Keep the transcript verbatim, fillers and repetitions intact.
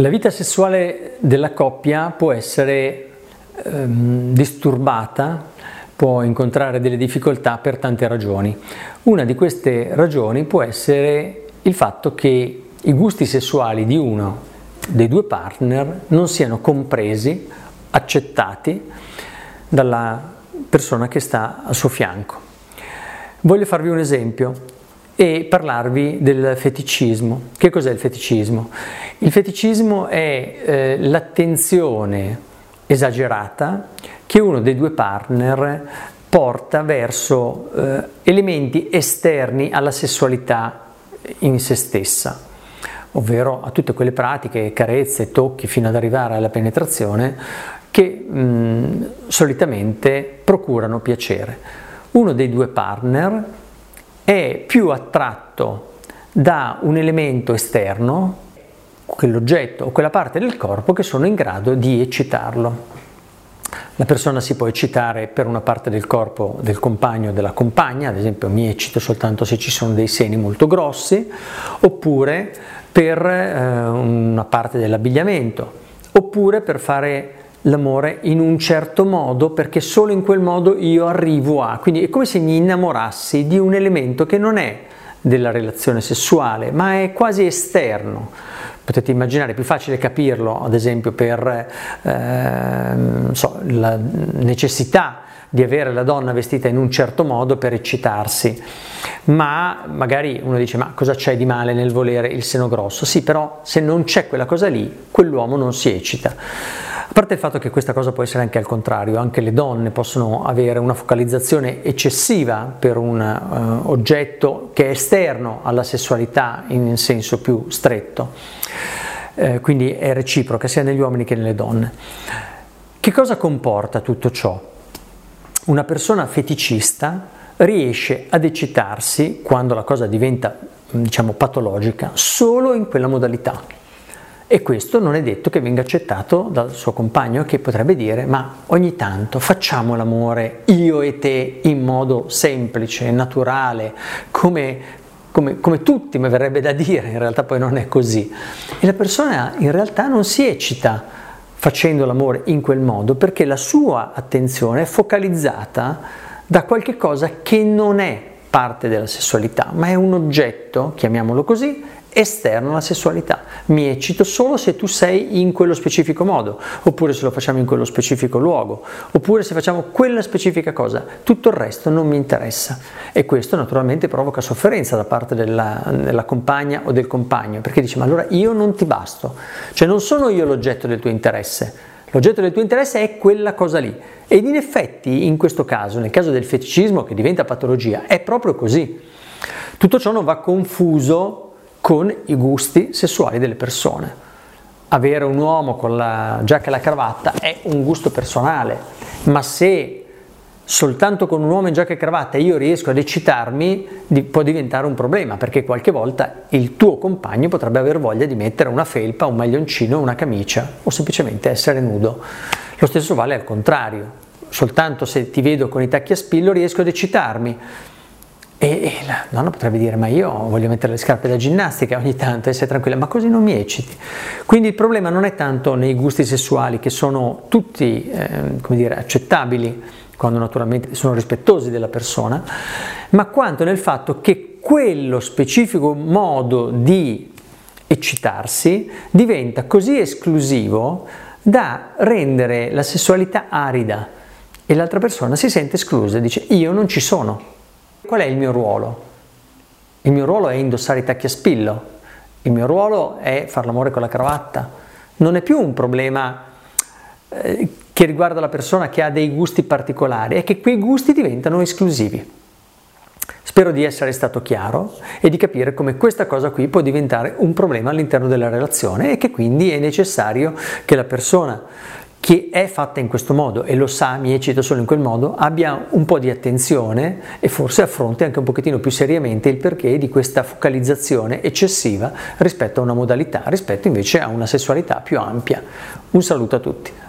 La vita sessuale della coppia può essere ehm, disturbata, può incontrare delle difficoltà per tante ragioni. Una di queste ragioni può essere il fatto che i gusti sessuali di uno dei due partner non siano compresi, accettati dalla persona che sta al suo fianco. Voglio farvi un esempio e parlarvi del feticismo. Che cos'è il feticismo? Il feticismo è eh, l'attenzione esagerata che uno dei due partner porta verso eh, elementi esterni alla sessualità in se stessa, ovvero a tutte quelle pratiche, carezze, tocchi fino ad arrivare alla penetrazione che mh, solitamente procurano piacere. Uno dei due partner è più attratto da un elemento esterno, quell'oggetto o quella parte del corpo che sono in grado di eccitarlo. La persona si può eccitare per una parte del corpo del compagno o della compagna, ad esempio mi eccito soltanto se ci sono dei seni molto grossi, oppure per eh, una parte dell'abbigliamento, oppure per fare l'amore in un certo modo, perché solo in quel modo io arrivo a, quindi è come se mi innamorassi di un elemento che non è della relazione sessuale, ma è quasi esterno. Potete immaginare, è più facile capirlo, ad esempio, per eh, so, la necessità di avere la donna vestita in un certo modo per eccitarsi, ma magari uno dice: ma cosa c'è di male nel volere il seno grosso? Sì, però se non c'è quella cosa lì, quell'uomo non si eccita. A parte il fatto che questa cosa può essere anche al contrario, anche le donne possono avere una focalizzazione eccessiva per un uh, oggetto che è esterno alla sessualità in senso più stretto, eh, quindi è reciproca sia negli uomini che nelle donne. Che cosa comporta tutto ciò? Una persona feticista riesce ad eccitarsi, quando la cosa diventa, diciamo, patologica, solo in quella modalità. E questo non è detto che venga accettato dal suo compagno, che potrebbe dire: ma ogni tanto facciamo l'amore io e te in modo semplice, naturale, come, come, come tutti, mi verrebbe da dire, in realtà poi non è così. E la persona in realtà non si eccita facendo l'amore in quel modo, perché la sua attenzione è focalizzata da qualche cosa che non è parte della sessualità, ma è un oggetto, chiamiamolo così, esterno alla sessualità. Mi eccito solo se tu sei in quello specifico modo, oppure se lo facciamo in quello specifico luogo, oppure se facciamo quella specifica cosa. Tutto il resto non mi interessa, e questo naturalmente provoca sofferenza da parte della, della compagna o del compagno, perché dice: ma allora io non ti basto, cioè non sono io l'oggetto del tuo interesse, l'oggetto del tuo interesse è quella cosa lì. Ed in effetti in questo caso, nel caso del feticismo che diventa patologia, è proprio così. Tutto ciò non va confuso con i gusti sessuali delle persone. Avere un uomo con la giacca e la cravatta è un gusto personale, ma se soltanto con un uomo in giacca e cravatta io riesco ad eccitarmi, può diventare un problema, perché qualche volta il tuo compagno potrebbe aver voglia di mettere una felpa, un maglioncino, una camicia, o semplicemente essere nudo. Lo stesso vale al contrario: soltanto se ti vedo con i tacchi a spillo riesco ad eccitarmi. E la donna potrebbe dire: ma io voglio mettere le scarpe da ginnastica ogni tanto e sei tranquilla, ma così non mi ecciti. Quindi il problema non è tanto nei gusti sessuali, che sono tutti eh, come dire, accettabili quando naturalmente sono rispettosi della persona, ma quanto nel fatto che quello specifico modo di eccitarsi diventa così esclusivo da rendere la sessualità arida, e l'altra persona si sente esclusa e dice: io non ci sono. Qual è il mio ruolo? Il mio ruolo è indossare i tacchi a spillo, il mio ruolo è far l'amore con la cravatta. Non è più un problema eh, che riguarda la persona che ha dei gusti particolari, è che quei gusti diventano esclusivi. Spero di essere stato chiaro e di capire come questa cosa qui può diventare un problema all'interno della relazione, e che quindi è necessario che la persona che è fatta in questo modo e lo sa, mi eccito solo in quel modo, abbia un po' di attenzione e forse affronti anche un pochettino più seriamente il perché di questa focalizzazione eccessiva rispetto a una modalità, rispetto invece a una sessualità più ampia. Un saluto a tutti.